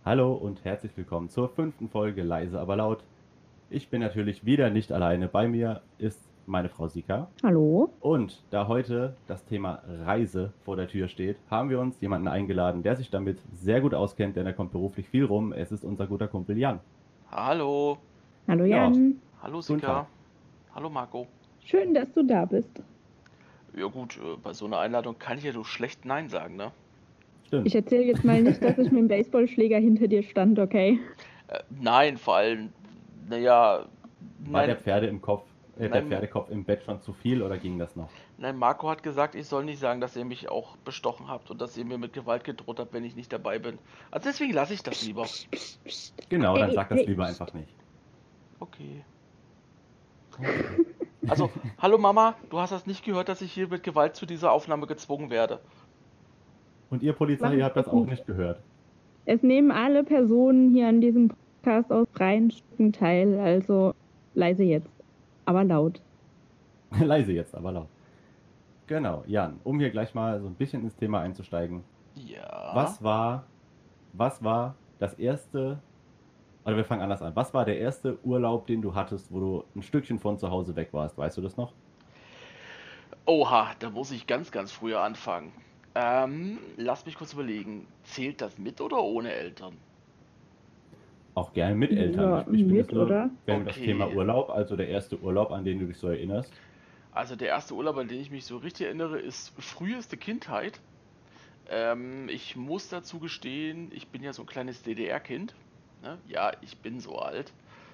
Hallo und herzlich willkommen zur 5. Folge Leise aber laut. Ich bin natürlich wieder nicht alleine. Bei mir ist meine Frau Sika. Hallo? Und da heute das Thema Reise vor der Tür steht, haben wir uns jemanden eingeladen, der sich damit sehr gut auskennt, denn er kommt beruflich viel rum. Es ist unser guter Kumpel Jan. Hallo, Hallo Ja, Jan. hallo guten Tag. Sika, hallo Marco. Schön, dass du da bist. Ja gut, bei so einer Einladung kann ich ja so schlecht Nein sagen, ne? Stimmt. Ich erzähle jetzt mal nicht, dass ich mit dem Baseballschläger hinter dir stand, okay? Nein, vor allem, naja, War der nein, der nein, Pferdekopf im Bett schon zu viel oder ging das noch? nein, Marco hat gesagt, ich soll nicht sagen, dass ihr mich auch bestochen habt und dass ihr mir mit Gewalt gedroht habt, wenn ich nicht dabei bin. Also deswegen lasse ich das lieber. Psst. Genau, dann Hey, sag das hey. lieber einfach nicht. Okay. Okay. Also, hallo Mama, du hast das nicht gehört, dass ich hier mit Gewalt zu dieser Aufnahme gezwungen werde. Und ihr Mach Polizei, ihr ich habt das jetzt auch nicht. nicht gehört. Es nehmen alle Personen hier an diesem Podcast aus freien Stücken teil, also leise jetzt, aber laut. Leise jetzt, aber laut. Genau, Jan, um hier gleich mal so ein bisschen ins Thema einzusteigen. Ja. Was war, was war das erste, oder wir fangen anders an. Was war der erste Urlaub, den du hattest, wo du ein Stückchen von zu Hause weg warst? Weißt du das noch? Oha, da muss ich ganz, ganz früher anfangen. Lass mich kurz überlegen. Zählt das mit oder ohne Eltern? Auch gerne mit Eltern. Ja, Ich bin jetzt mit, nur, oder? wenn das Thema Okay. Urlaub, also der erste Urlaub, an den du dich so erinnerst. Also der erste Urlaub, an den ich mich so richtig erinnere, ist früheste Kindheit. Ich muss dazu gestehen, ich bin ja so ein kleines DDR-Kind. Ne? Ja, ich bin so alt.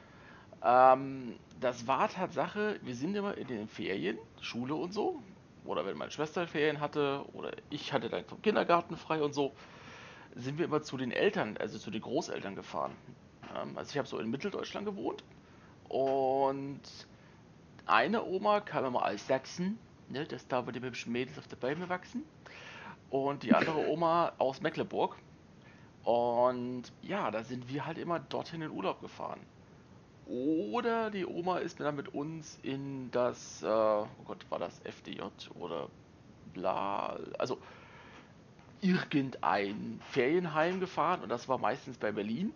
Das war Tatsache, wir sind immer in den Ferien, Schule und so. Oder wenn meine Schwester Ferien hatte oder ich hatte dann vom Kindergarten frei und so, sind wir immer zu den Eltern, also zu den Großeltern gefahren. Also ich habe so in Mitteldeutschland gewohnt und eine Oma kam immer aus Sachsen, ne, das da, wo die hübschen Mädels auf der Bäume wachsen, und die andere Oma aus Mecklenburg. Und ja, da sind wir halt immer dorthin in Urlaub gefahren. Oder die Oma ist dann mit uns in das, oh Gott, war das FDJ oder bla, also irgendein Ferienheim gefahren und das war meistens bei Berlin.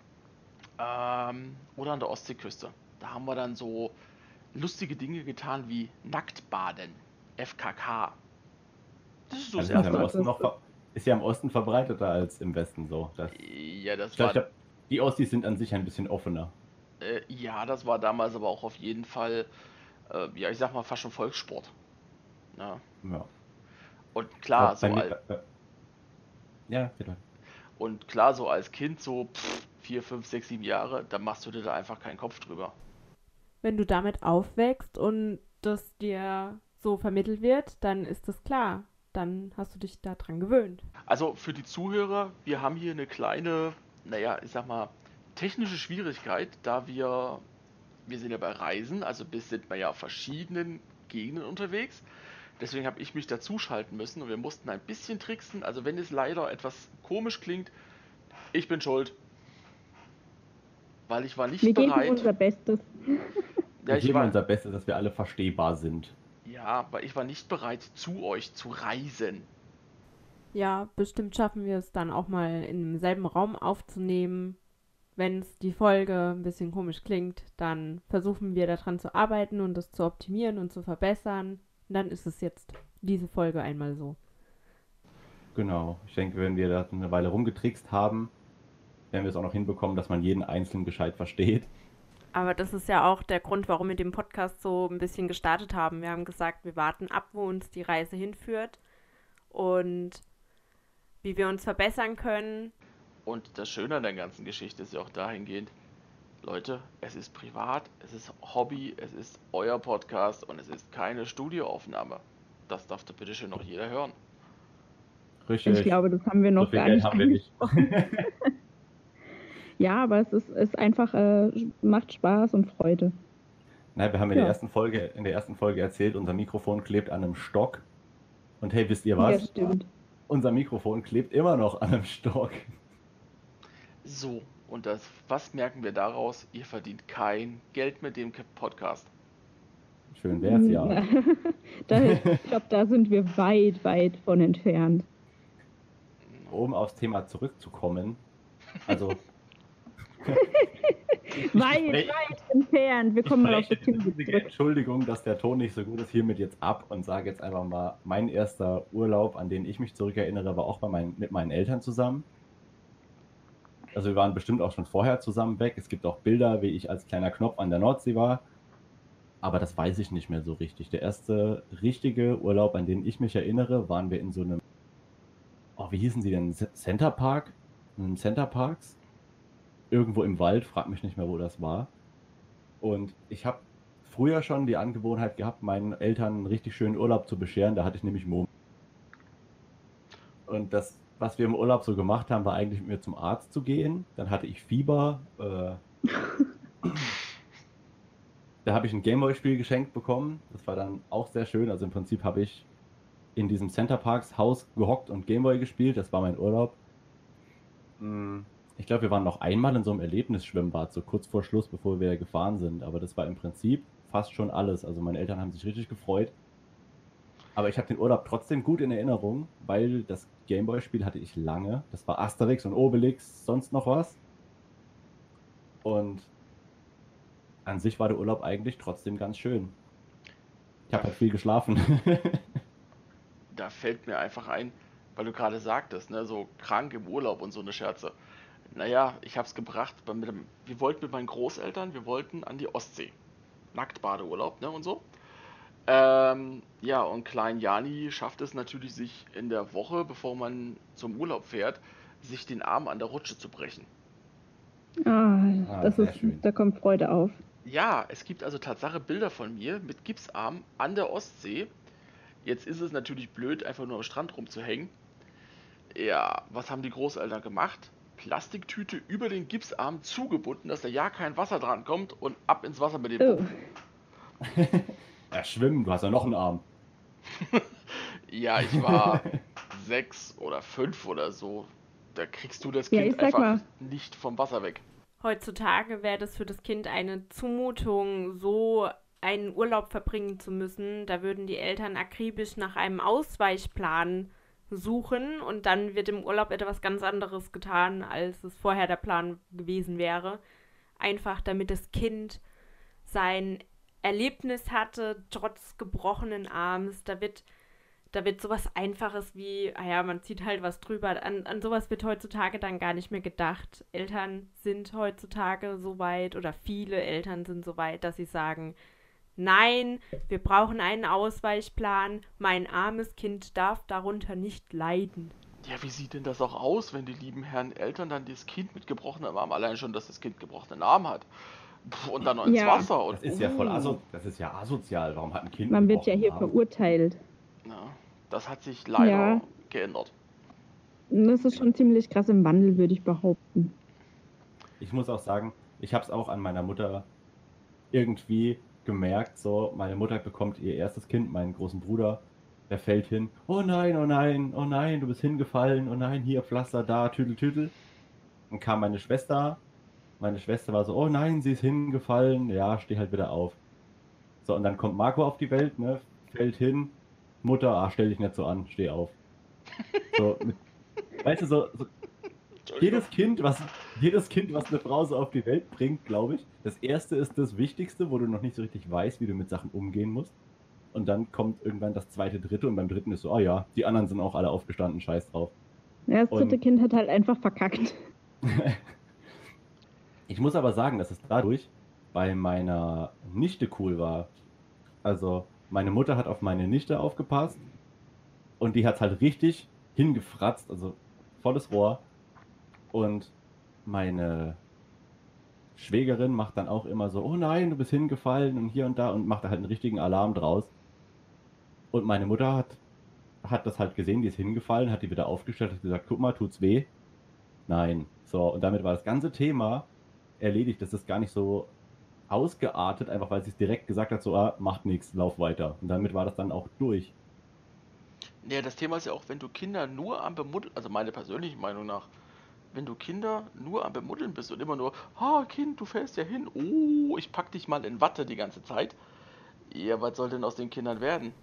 Oder an der Ostseeküste. Da haben wir dann so lustige Dinge getan wie Nacktbaden, FKK. Das ist so Ja, das das ist ja Ach im erste. Gott, Osten ist ja im Osten verbreiteter als im Westen so. Ja, Ich glaube, die Ostis sind an sich ein bisschen offener. ja, das war damals aber auch auf jeden Fall, ja, ich sag mal fast schon Volkssport. Ne? Ja. Und Ich klar, glaube, bei mir, ja, bitte. So als Kind, so 4, 5, 6, 7 Jahre, da machst du dir da einfach keinen Kopf drüber. Wenn du damit aufwächst und das dir so vermittelt wird, dann ist das klar. Dann hast du dich daran gewöhnt. Also für die Zuhörer, wir haben hier eine kleine, naja, ich sag mal, technische Schwierigkeit, da wir sind ja bei Reisen, also sind wir ja auf verschiedenen Gegenden unterwegs. Deswegen habe ich mich dazuschalten müssen und wir mussten ein bisschen tricksen. Also wenn es leider etwas komisch klingt, ich bin schuld, weil ich war wir nicht geben bereit. unser Bestes. Ja, Wir geben unser Bestes, dass wir alle verstehbar sind. weil ich war nicht bereit, zu euch zu reisen. Ja, bestimmt schaffen wir es dann auch mal in demselben Raum aufzunehmen. Wenn es die Folge ein bisschen komisch klingt, dann versuchen wir daran zu arbeiten und das zu optimieren und zu verbessern. Und dann ist es jetzt diese Folge einmal so. Genau. Ich denke, wenn wir da eine Weile rumgetrickst haben, werden wir es auch noch hinbekommen, dass man jeden Einzelnen gescheit versteht. Aber das ist ja auch der Grund, warum wir den Podcast so ein bisschen gestartet haben. Wir haben gesagt, wir warten ab, wo uns die Reise hinführt und wie wir uns verbessern können. Und das Schöne an der ganzen Geschichte ist ja auch dahingehend, Leute, es ist privat, es ist Hobby, es ist euer Podcast und es ist keine Studioaufnahme. Das darf doch bitte schön noch jeder hören. Ich Richtig. glaube, das haben wir So noch viel gar Geld nicht haben wir nicht. angesprochen. Ja, aber ist einfach, macht Spaß und Freude. Nein, wir haben Ja. in der ersten Folge erzählt, unser Mikrofon klebt an einem Stock. Und hey, wisst ihr Ja, was? stimmt. Unser Mikrofon klebt immer noch an einem Stock. So, und was merken wir daraus? Ihr verdient kein Geld mit dem Podcast. Schön wär's ja. Ich glaube, da sind wir weit, weit von entfernt. Um aufs Thema zurückzukommen, Also, Weit entfernt. Wir kommen mal auf das Thema riesige zurück. Entschuldigung, dass der Ton nicht so gut ist, hiermit jetzt ab und sage jetzt einfach mal, mein erster Urlaub, an den ich mich zurückerinnere, war auch mit meinen Eltern zusammen. Also wir waren bestimmt auch schon vorher zusammen weg. Es gibt auch Bilder, wie ich als kleiner Knopf an der Nordsee war. Aber das weiß ich nicht mehr so richtig. Der erste richtige Urlaub, an den ich mich erinnere, waren wir in so einem, wie hießen sie denn? Center Park? In einem Center Parks? Irgendwo im Wald, frag mich nicht mehr, wo das war. Und ich habe früher schon die Angewohnheit gehabt, meinen Eltern einen richtig schönen Urlaub zu bescheren. Da hatte ich nämlich Mom. Und das, was wir im Urlaub so gemacht haben, war eigentlich mit mir zum Arzt zu gehen. Dann hatte ich Fieber. Da habe ich ein Gameboy-Spiel geschenkt bekommen. Das war dann auch sehr schön. Also im Prinzip habe ich in diesem Center Parks Haus gehockt und Gameboy gespielt. Das war mein Urlaub. Ich glaube, wir waren noch einmal in so einem Erlebnisschwimmbad, so kurz vor Schluss, bevor wir gefahren sind. Aber das war im Prinzip fast schon alles. Also meine Eltern haben sich richtig gefreut. Aber ich habe den Urlaub trotzdem gut in Erinnerung, weil das Gameboy-Spiel hatte ich lange. Das war Asterix und Obelix, sonst noch was. Und an sich war der Urlaub eigentlich trotzdem ganz schön. Ich habe halt viel geschlafen. Da fällt mir einfach ein, weil du gerade sagtest, ne, so krank im Urlaub und so eine Scherze. Naja, ich hab's gebracht, wir wollten mit meinen Großeltern, wir wollten an die Ostsee. Nacktbadeurlaub, ne, und so. Ja, und Klein Jani schafft es natürlich, sich in der Woche, bevor man zum Urlaub fährt, sich den Arm an der Rutsche zu brechen. Das sehr ist, schön. da kommt Freude auf. Ja, es gibt also Tatsache Bilder von mir mit Gipsarm an der Ostsee. Jetzt ist es natürlich blöd, einfach nur am Strand rumzuhängen. Ja, was haben die Großeltern gemacht? Plastiktüte über den Gipsarm zugebunden, dass da ja kein Wasser dran kommt und ab ins Wasser mit dem Oh. Puff. Ja, schwimmen, du hast ja noch einen Arm. Ja, ich war 6 oder 5 oder so. Da kriegst du das Ja, Kind ich sag einfach mal. nicht vom Wasser weg. Heutzutage wäre das für das Kind eine Zumutung, so einen Urlaub verbringen zu müssen. Da würden die Eltern akribisch nach einem Ausweichplan suchen und dann wird im Urlaub etwas ganz anderes getan, als es vorher der Plan gewesen wäre. Einfach damit das Kind sein Erlebnis hatte, trotz gebrochenen Arms. Da wird sowas Einfaches wie, man zieht halt was drüber. An sowas wird heutzutage dann gar nicht mehr gedacht. Eltern sind heutzutage so weit oder viele Eltern sind so weit, dass sie sagen, nein, wir brauchen einen Ausweichplan. Mein armes Kind darf darunter nicht leiden. Ja, wie sieht denn das auch aus, wenn die lieben Herren Eltern dann das Kind mit gebrochenem Arm, allein schon, dass das Kind gebrochenen Arm hat, und dann noch ins Ja. Wasser und Das ist ja voll das ist ja asozial. Warum hat ein Kind Man einen wird ja hier gebrochenen Arm? verurteilt. Ja, das hat sich leider Ja. geändert. Das ist schon ziemlich krass im Wandel, würde ich behaupten. Ich muss auch sagen, ich habe es auch an meiner Mutter irgendwie gemerkt, so, meine Mutter bekommt ihr erstes Kind, meinen großen Bruder, der fällt hin, oh nein, oh nein, oh nein, du bist hingefallen, oh nein, hier Pflaster, da, Tüdel, Tüdel. Dann kam meine Schwester war so, oh nein, sie ist hingefallen, ja, steh halt wieder auf. So, und dann kommt Marco auf die Welt, ne, fällt hin, Mutter, stell dich nicht so an, steh auf. So, weißt du, so jedes Kind, was eine Frau so auf die Welt bringt, glaube ich, das erste ist das Wichtigste, wo du noch nicht so richtig weißt, wie du mit Sachen umgehen musst. Und dann kommt irgendwann das zweite, dritte und beim dritten ist so, oh ja, die anderen sind auch alle aufgestanden, scheiß drauf. Ja, das dritte Und- Kind hat halt einfach verkackt. Ich muss aber sagen, dass es dadurch bei meiner Nichte cool war. Also, meine Mutter hat auf meine Nichte aufgepasst und die hat halt richtig hingefratzt, also volles Rohr. Und meine Schwägerin macht dann auch immer so, oh nein, du bist hingefallen und hier und da und macht da halt einen richtigen Alarm draus. Und meine Mutter hat das halt gesehen, die ist hingefallen, hat die wieder aufgestellt, hat gesagt, guck mal, tut's weh? Nein. So, und damit war das ganze Thema erledigt. Das ist gar nicht so ausgeartet, einfach weil sie es direkt gesagt hat, so, macht nichts, lauf weiter. Und damit war das dann auch durch. Ja, das Thema ist ja auch, wenn du Kinder nur am Bemuddeln, also meine persönliche Meinung nach, wenn du Kinder nur am Bemuddeln bist und immer nur, Kind, du fällst ja hin, oh, ich pack dich mal in Watte die ganze Zeit. Ja, was soll denn aus den Kindern werden?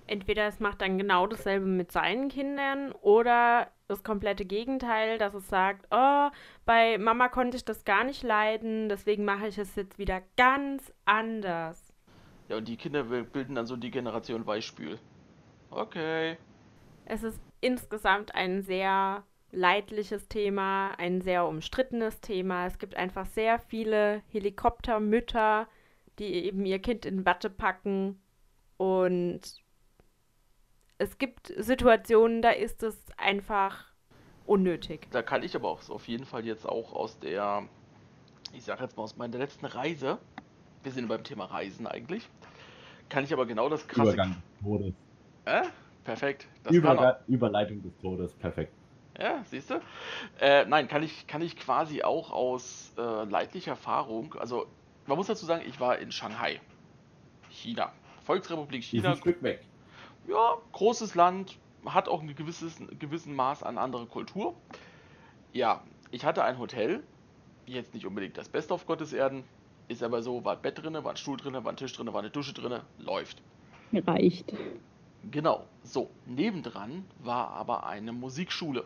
Entweder es macht dann genau dasselbe mit seinen Kindern oder das komplette Gegenteil, dass es sagt, oh, bei Mama konnte ich das gar nicht leiden, deswegen mache ich es jetzt wieder ganz anders. Ja, und die Kinder bilden dann so die Generation Weichspül. Okay. Es ist insgesamt ein sehr leidliches Thema, ein sehr umstrittenes Thema. Es gibt einfach sehr viele Helikoptermütter, die eben ihr Kind in Watte packen und es gibt Situationen, da ist es einfach unnötig. Da kann ich aber auch auf jeden Fall jetzt auch aus der, ich sag jetzt mal aus meiner letzten Reise, wir sind beim Thema Reisen eigentlich, kann ich aber genau das krasse... Übergang des Todes. Perfekt. Das kann auch. Überleitung des Todes, perfekt. Ja, siehst du? Nein, kann ich quasi auch aus leidlicher Erfahrung, also man muss dazu sagen, ich war in Shanghai, China. Volksrepublik Ist China, ein Stück weg. ja, großes Land, hat auch ein gewissen Maß an andere Kultur. Ja, ich hatte ein Hotel, jetzt nicht unbedingt das Beste auf Gottes Erden, ist aber so, war ein Bett drinne, war ein Stuhl drinne, war ein Tisch drinne, war eine Dusche drinne, läuft. Reicht. Genau, so, nebendran war aber eine Musikschule.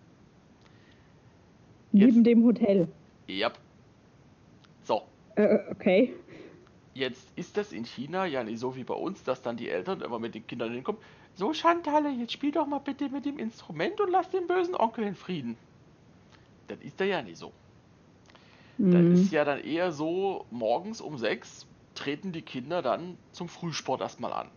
Neben dem Hotel. Ja. So, Okay. jetzt ist das in China ja nicht so wie bei uns, dass dann die Eltern immer mit den Kindern hinkommen. So, Chantalle, jetzt spiel doch mal bitte mit dem Instrument und lass den bösen Onkel in Frieden. Das ist da ja nicht so. Da ist ja dann eher so, morgens um 6 treten die Kinder dann zum Frühsport erstmal an.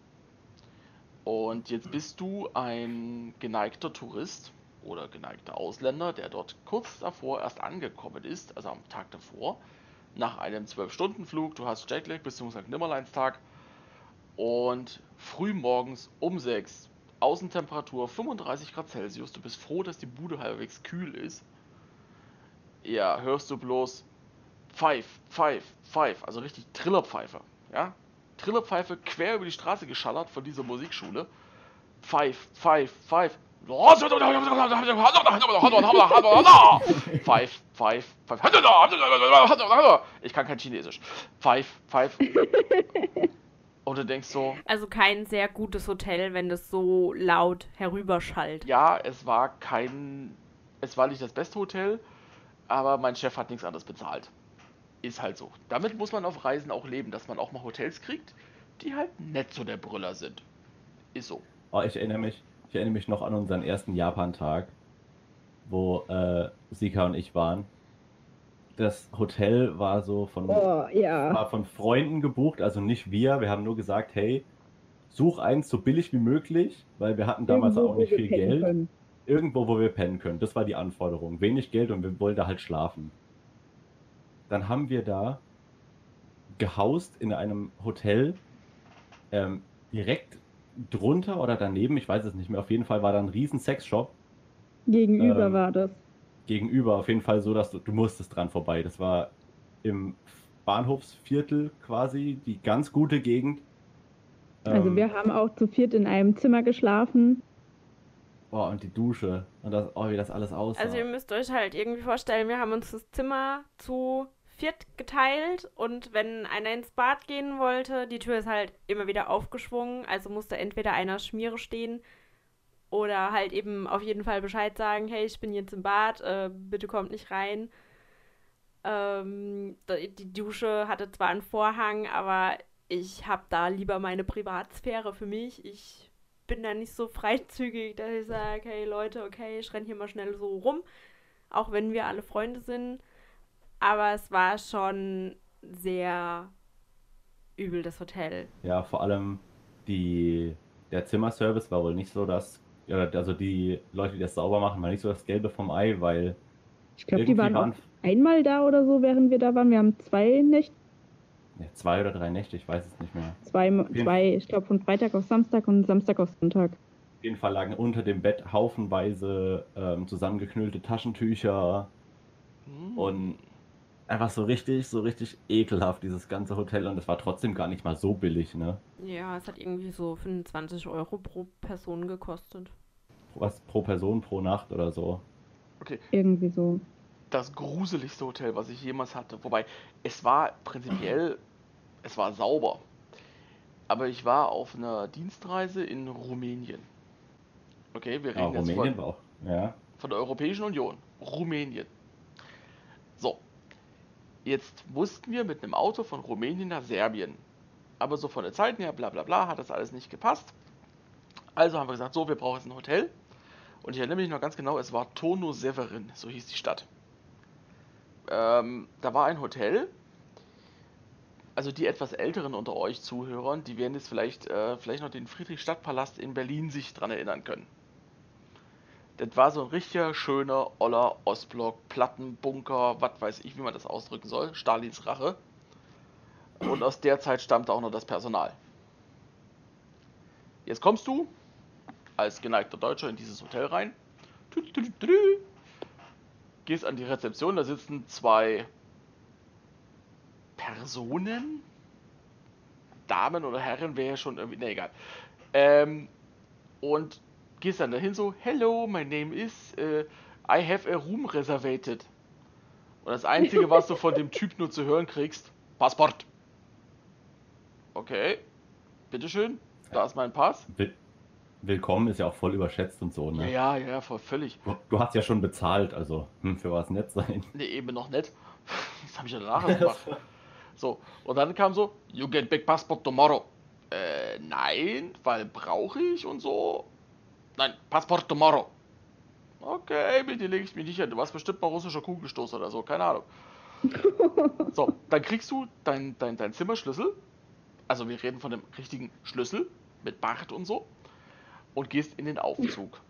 Und jetzt bist du ein geneigter Tourist oder geneigter Ausländer, der dort kurz davor erst angekommen ist, also am Tag davor, nach einem 12-Stunden-Flug, du hast Jetlag bis zum St. Nimmerleinstag und früh morgens um 6, Außentemperatur 35 Grad Celsius, du bist froh, dass die Bude halbwegs kühl ist. Ja, hörst du bloß Pfeif, Pfeif, Pfeif, also richtig Trillerpfeife, ja? Trillerpfeife quer über die Straße geschallert von dieser Musikschule. Pfeif, Pfeif, Pfeif. Pfeif, Pfeif, Pfeif. Ich kann kein Chinesisch. Pfeif, Pfeif. Und du denkst so, Also kein sehr gutes Hotel, wenn das so laut herüberschallt. ja, es war nicht das beste Hotel, aber mein Chef hat nichts anderes bezahlt. Ist halt so. Damit muss man auf Reisen auch leben, dass man auch mal Hotels kriegt, die halt nett so der Brüller sind. Ist so. Oh, ich erinnere mich noch an unseren ersten Japan-Tag, wo Sika und ich waren. Das Hotel war so war von Freunden gebucht, also nicht wir. Wir haben nur gesagt, hey, such eins so billig wie möglich, weil wir hatten damals Irgendwo, auch nicht wo wir viel pennen Geld. können. Irgendwo, wo wir pennen können. Das war die Anforderung. Wenig Geld und wir wollten da halt schlafen. Dann haben wir da gehaust in einem Hotel, direkt drunter oder daneben, ich weiß es nicht mehr. Auf jeden Fall war da ein riesen Sexshop Gegenüber war das. gegenüber. Auf jeden Fall so, dass du musstest dran vorbei. Das war im Bahnhofsviertel quasi, die ganz gute Gegend. Also wir haben auch zu viert in einem Zimmer geschlafen. Oh, und die Dusche. Und das, oh, wie das alles aussah. Also ihr müsst euch halt irgendwie vorstellen, wir haben uns das Zimmer zu viert geteilt und wenn einer ins Bad gehen wollte, die Tür ist halt immer wieder aufgeschwungen, also musste entweder einer Schmiere stehen oder halt eben auf jeden Fall Bescheid sagen, hey, ich bin jetzt im Bad, bitte kommt nicht rein. Die Dusche hatte zwar einen Vorhang, aber ich habe da lieber meine Privatsphäre für mich. Ich bin da nicht so freizügig, dass ich sage, hey Leute, okay, ich renne hier mal schnell so rum, auch wenn wir alle Freunde sind. Aber es war schon sehr übel, das Hotel. Ja, vor allem der Zimmerservice war wohl nicht so also die Leute, die das sauber machen, war nicht so das Gelbe vom Ei, weil Ich glaube, die irgendwie waren auch einmal da oder so, während wir da waren. Wir haben 2 Nächte, 2 oder 3 Nächte, ich weiß es nicht mehr. zwei, ich glaube, von Freitag auf Samstag und Samstag auf Sonntag. Auf jeden Fall lagen unter dem Bett haufenweise zusammengeknüllte Taschentücher und einfach so richtig ekelhaft, dieses ganze Hotel. Und es war trotzdem gar nicht mal so billig, ne? Ja, es hat irgendwie so 25 Euro pro Person gekostet. Was pro Person, pro Nacht oder so. Okay, Irgendwie so. das gruseligste Hotel, was ich jemals hatte. Wobei, es war prinzipiell, es war sauber. Aber ich war auf einer Dienstreise in Rumänien. Okay, wir Aber reden jetzt Rumänien war auch. Ja. von der Europäischen Union. Rumänien. So, jetzt mussten wir mit einem Auto von Rumänien nach Serbien. Aber so von der Zeit her, bla bla bla, hat das alles nicht gepasst. Also haben wir gesagt, so, wir brauchen jetzt ein Hotel. Und ich erinnere mich noch ganz genau, es war Torno Severin, so hieß die Stadt. Da war ein Hotel. Also die etwas älteren unter euch Zuhörern, die werden jetzt vielleicht noch den Friedrichstadtpalast in Berlin sich dran erinnern können. Das war so ein richtiger, schöner, oller Ostblock, Plattenbunker, was weiß ich, wie man das ausdrücken soll, Stalins Rache. Und aus der Zeit stammte auch noch das Personal. Jetzt kommst du als geneigter Deutscher in dieses Hotel rein, gehst an die Rezeption, da sitzen 2 Personen, Damen oder Herren, wäre ja schon irgendwie, ne, egal. Und gehst dann dahin so, hello, my name is, I have a room reservated. Und das Einzige, was du von dem Typ nur zu hören kriegst, Passport. Okay, bitteschön, da ist mein Pass. Willkommen ist ja auch voll überschätzt und so, ne? Ja, voll völlig. Du hast ja schon bezahlt, also für was nett sein. Ne, eben noch nicht. Das habe ich ja danach erst gemacht. So, und dann kam so, you get back passport tomorrow. Nein, weil brauche ich und so. Nein, Passport tomorrow. Okay, mit dir lege ich mich nicht hin. Du warst bestimmt mal russischer Kugelstoß oder so, keine Ahnung. So, dann kriegst du dein Zimmerschlüssel. Also wir reden von dem richtigen Schlüssel mit Bart und so. Und gehst in den Aufzug.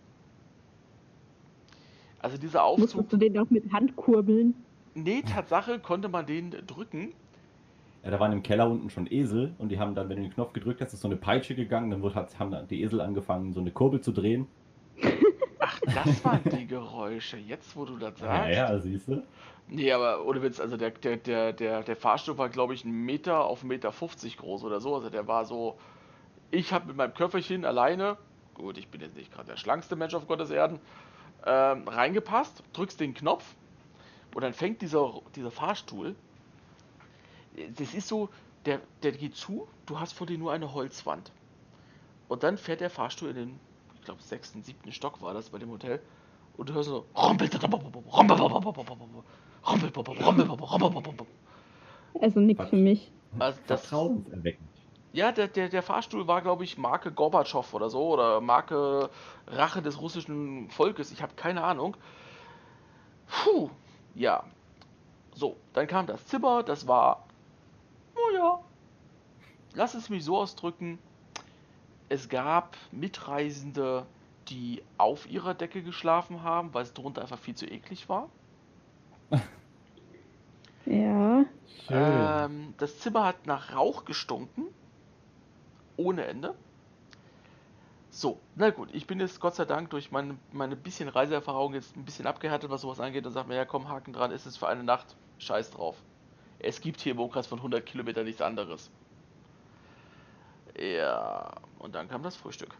Also dieser Aufzug. Musstest du den auch mit Hand kurbeln? Nee, Tatsache konnte man den drücken. Ja, da waren im Keller unten schon Esel und die haben dann, wenn du den Knopf gedrückt hast, ist so eine Peitsche gegangen, dann haben dann die Esel angefangen, so eine Kurbel zu drehen. Ach, das waren die Geräusche. Jetzt, wo du das sagst. Ja, siehst du? Nee, aber ohne Witz, also der Fahrstuhl war, glaube ich, 1 Meter auf 1,50 Meter groß oder so. Also der war so. Ich habe mit meinem Köfferchen alleine, gut, ich bin jetzt nicht gerade der schlankste Mensch auf Gottes Erden, reingepasst, drückst den Knopf und dann fängt dieser Fahrstuhl. Das ist so, der geht zu, du hast vor dir nur eine Holzwand. Und dann fährt der Fahrstuhl in den, ich glaube, 6., 7. Stock war das bei dem Hotel. Und du hörst so, Also nichts für mich. also das, Vertrauenserweckend. ja, der Fahrstuhl war, glaube ich, Marke Gorbatschow oder so, oder Marke Rache des russischen Volkes, ich habe keine Ahnung. Puh, ja. So, dann kam das Zimmer, das war, oh ja, lass es mich so ausdrücken, es gab Mitreisende, die auf ihrer Decke geschlafen haben, weil es drunter einfach viel zu eklig war. Ja. Schön. Das Zimmer hat nach Rauch gestunken, ohne Ende. So, na gut, ich bin jetzt Gott sei Dank durch meine bisschen Reiseerfahrung jetzt ein bisschen abgehärtet, was sowas angeht, und sag mir, ja komm, Haken dran, ist es für eine Nacht, scheiß drauf. Es gibt hier im Umkreis von 100 Kilometern nichts anderes. Ja, und dann kam das Frühstück.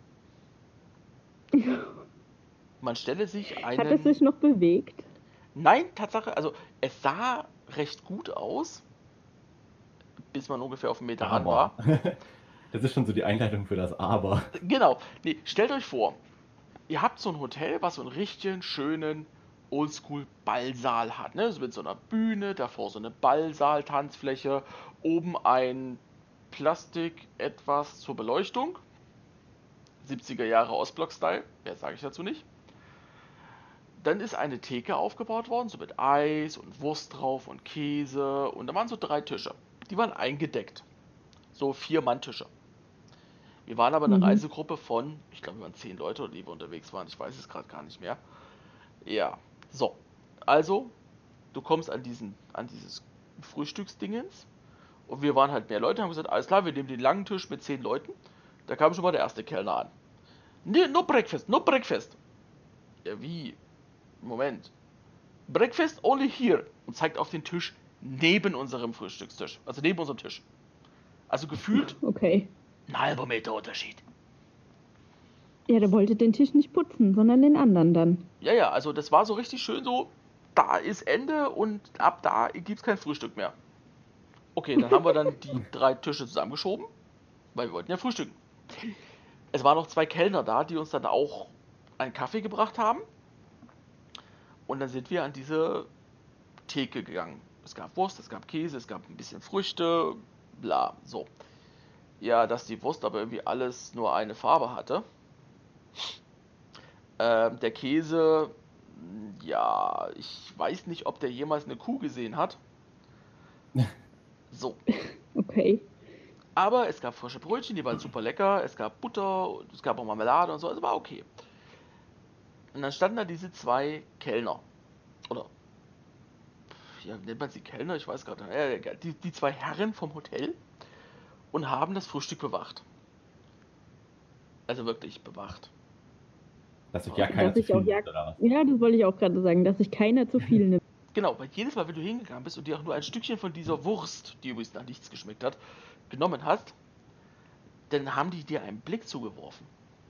Man stelle sich Hat es sich noch bewegt? Nein, Tatsache, also es sah recht gut aus, bis man ungefähr auf 1 Meter ran war. Das ist schon so die Einleitung für das Aber. Genau, nee, stellt euch vor, ihr habt so ein Hotel, was so einen richtigen, schönen Oldschool-Ballsaal hat, ne? So mit so einer Bühne, davor so eine Ballsaal-Tanzfläche, oben ein Plastik etwas zur Beleuchtung. 70er Jahre Ostblock-Style, mehr sage ich dazu nicht. Dann ist eine Theke aufgebaut worden, so mit Eis und Wurst drauf und Käse. Und da waren so 3 Tische. Die waren eingedeckt. So 4-Mann-Tische. Wir waren aber eine Reisegruppe von, ich glaube, wir waren 10 Leute, die wir unterwegs waren. Ich weiß es gerade gar nicht mehr. Ja, so. Also, du kommst an dieses Frühstücksdingens. Und wir waren halt mehr Leute, haben gesagt, alles klar, wir nehmen den langen Tisch mit 10 Leuten. Da kam schon mal der erste Kellner an. Nee, no breakfast, no breakfast. Ja, wie? Moment. Breakfast only here. Und zeigt auf den Tisch neben unserem Frühstückstisch. Also neben unserem Tisch. Also gefühlt Okay. ein halber Meter Unterschied. Ja, der wollte den Tisch nicht putzen, sondern den anderen dann. Ja, also das war so richtig schön so, da ist Ende und ab da gibt's kein Frühstück mehr. Okay, dann haben wir dann die 3 Tische zusammengeschoben. weil wir wollten ja frühstücken. Es waren noch 2 Kellner da, die uns dann auch einen Kaffee gebracht haben. Und dann sind wir an diese Theke gegangen. Es gab Wurst, es gab Käse, es gab ein bisschen Früchte, bla, so. Ja, dass die Wurst aber irgendwie alles nur eine Farbe hatte. Der Käse, ja, ich weiß nicht, ob der jemals eine Kuh gesehen hat. So. Okay. Aber es gab frische Brötchen, die waren super lecker. Es gab Butter, es gab auch Marmelade und so, also war okay. Und dann standen da diese 2 Kellner. Oder, ja, wie nennt man sie Kellner? Ich weiß gerade nicht. Die 2 Herren vom Hotel und haben das Frühstück bewacht. Also wirklich bewacht. Dass sich ja keiner Dass zu ich viel auch, nimmt, oder was? ja, das wollte ich auch gerade sagen, dass sich keiner zu viel nimmt. Genau, weil jedes Mal, wenn du hingegangen bist und dir auch nur ein Stückchen von dieser Wurst, die übrigens nach nichts geschmeckt hat, genommen hast, dann haben die dir einen Blick zugeworfen.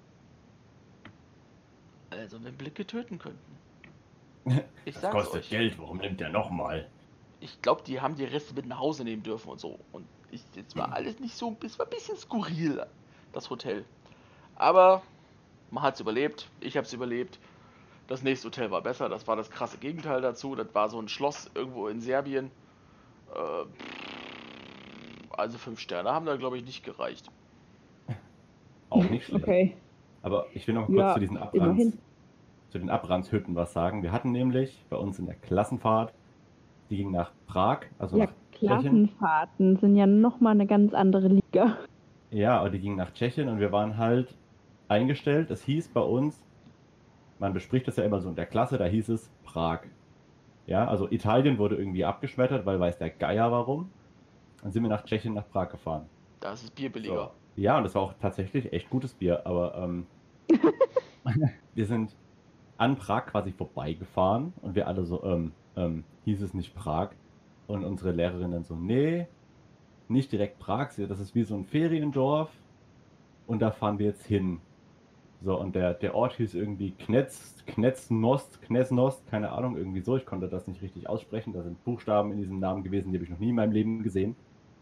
Also, wenn Blicke töten könnten. Ich Das sag's kostet euch. Geld, warum nimmt der nochmal? Ich glaube, die haben die Reste mit nach Hause nehmen dürfen und so. Und jetzt war alles nicht so, es war ein bisschen skurril, das Hotel. Aber man hat's überlebt, ich hab's überlebt. Das nächste Hotel war besser, das war das krasse Gegenteil dazu. Das war so ein Schloss irgendwo in Serbien. Äh, Also 5 Sterne haben da, glaube ich, nicht gereicht. Auch nicht schlecht. Okay. Aber ich will noch mal kurz Ja, zu diesen immerhin. zu den Abbrandshütten was sagen. Wir hatten nämlich bei uns in der Klassenfahrt, die ging nach Prag, also Ja, nach Tschechien. Klassenfahrten sind ja nochmal eine ganz andere Liga. Ja, aber die ging nach Tschechien und wir waren halt eingestellt. Es hieß bei uns, man bespricht das ja immer so in der Klasse, da hieß es Prag. Ja, also Italien wurde irgendwie abgeschmettert, weil weiß der Geier warum. Dann sind wir nach Tschechien, nach Prag gefahren. Da ist es Bier billiger. So. Ja, und das war auch tatsächlich echt gutes Bier, aber wir sind an Prag quasi vorbeigefahren und wir alle so, hieß es nicht Prag? Und unsere Lehrerin dann so, nee, nicht direkt Prag, das ist wie so ein Feriendorf und da fahren wir jetzt hin. So, und der Ort hieß irgendwie Kneznost, keine Ahnung, irgendwie so, ich konnte das nicht richtig aussprechen, da sind Buchstaben in diesem Namen gewesen, die habe ich noch nie in meinem Leben gesehen.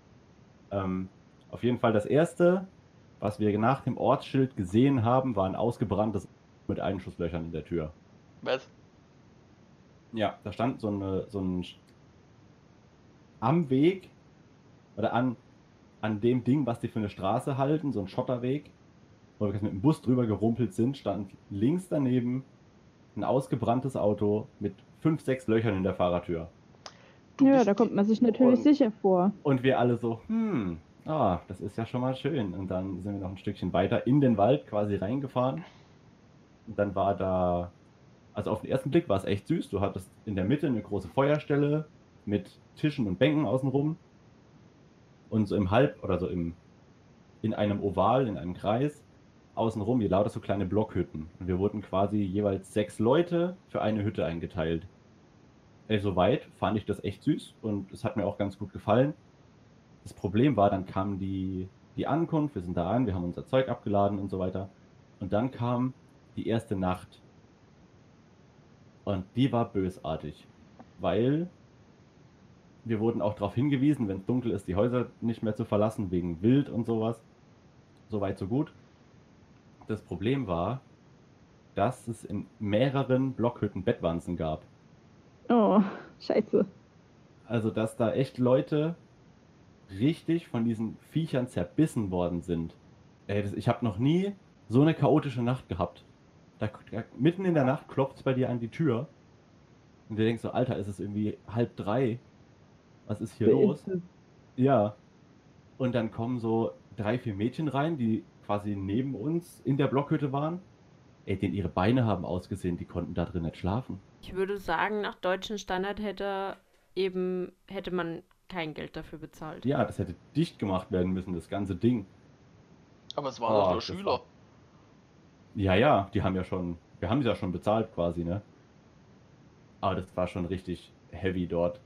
Auf jeden Fall das erste, was wir nach dem Ortsschild gesehen haben, war ein ausgebranntes mit Einschusslöchern in der Tür. Was? Ja, da stand so ein am Weg oder an dem Ding, was die für eine Straße halten, so ein Schotterweg, wo wir mit dem Bus drüber gerumpelt sind, stand links daneben ein ausgebranntes Auto mit 5, 6 Löchern in der Fahrertür. Ja, da kommt man sich natürlich Und- sicher vor. Und wir alle so, das ist ja schon mal schön. Und dann sind wir noch ein Stückchen weiter in den Wald quasi reingefahren. Und dann war da, also auf den ersten Blick war es echt süß. Du hattest in der Mitte eine große Feuerstelle mit Tischen und Bänken außenrum. Und so im in einem Oval, in einem Kreis, außenrum, hier lauter so kleine Blockhütten. Und wir wurden quasi jeweils 6 Leute für eine Hütte eingeteilt. Soweit fand ich das echt süß und es hat mir auch ganz gut gefallen. Das Problem war, dann kam die Ankunft, wir sind da rein, wir haben unser Zeug abgeladen und so weiter. Und dann kam die erste Nacht. Und die war bösartig, weil wir wurden auch darauf hingewiesen, wenn es dunkel ist, die Häuser nicht mehr zu verlassen, wegen Wild und sowas. Soweit, so gut. Das Problem war, dass es in mehreren Blockhütten Bettwanzen gab. Oh, scheiße. Also, dass da echt Leute richtig von diesen Viechern zerbissen worden sind. Ich habe noch nie so eine chaotische Nacht gehabt. Mitten in der Nacht klopft es bei dir an die Tür und du denkst so, Alter, ist es irgendwie 2:30? Was ist hier los? Ja. Und dann kommen so 3, 4 Mädchen rein, die quasi neben uns in der Blockhütte waren. Denen ihre Beine haben ausgesehen, die konnten da drin nicht schlafen. Ich würde sagen, nach deutschem Standard hätte man kein Geld dafür bezahlt. Ja, das hätte dicht gemacht werden müssen, das ganze Ding. Aber es waren doch nur das Schüler. war- Ja, wir haben sie ja schon bezahlt quasi, ne? Aber das war schon richtig heavy dort.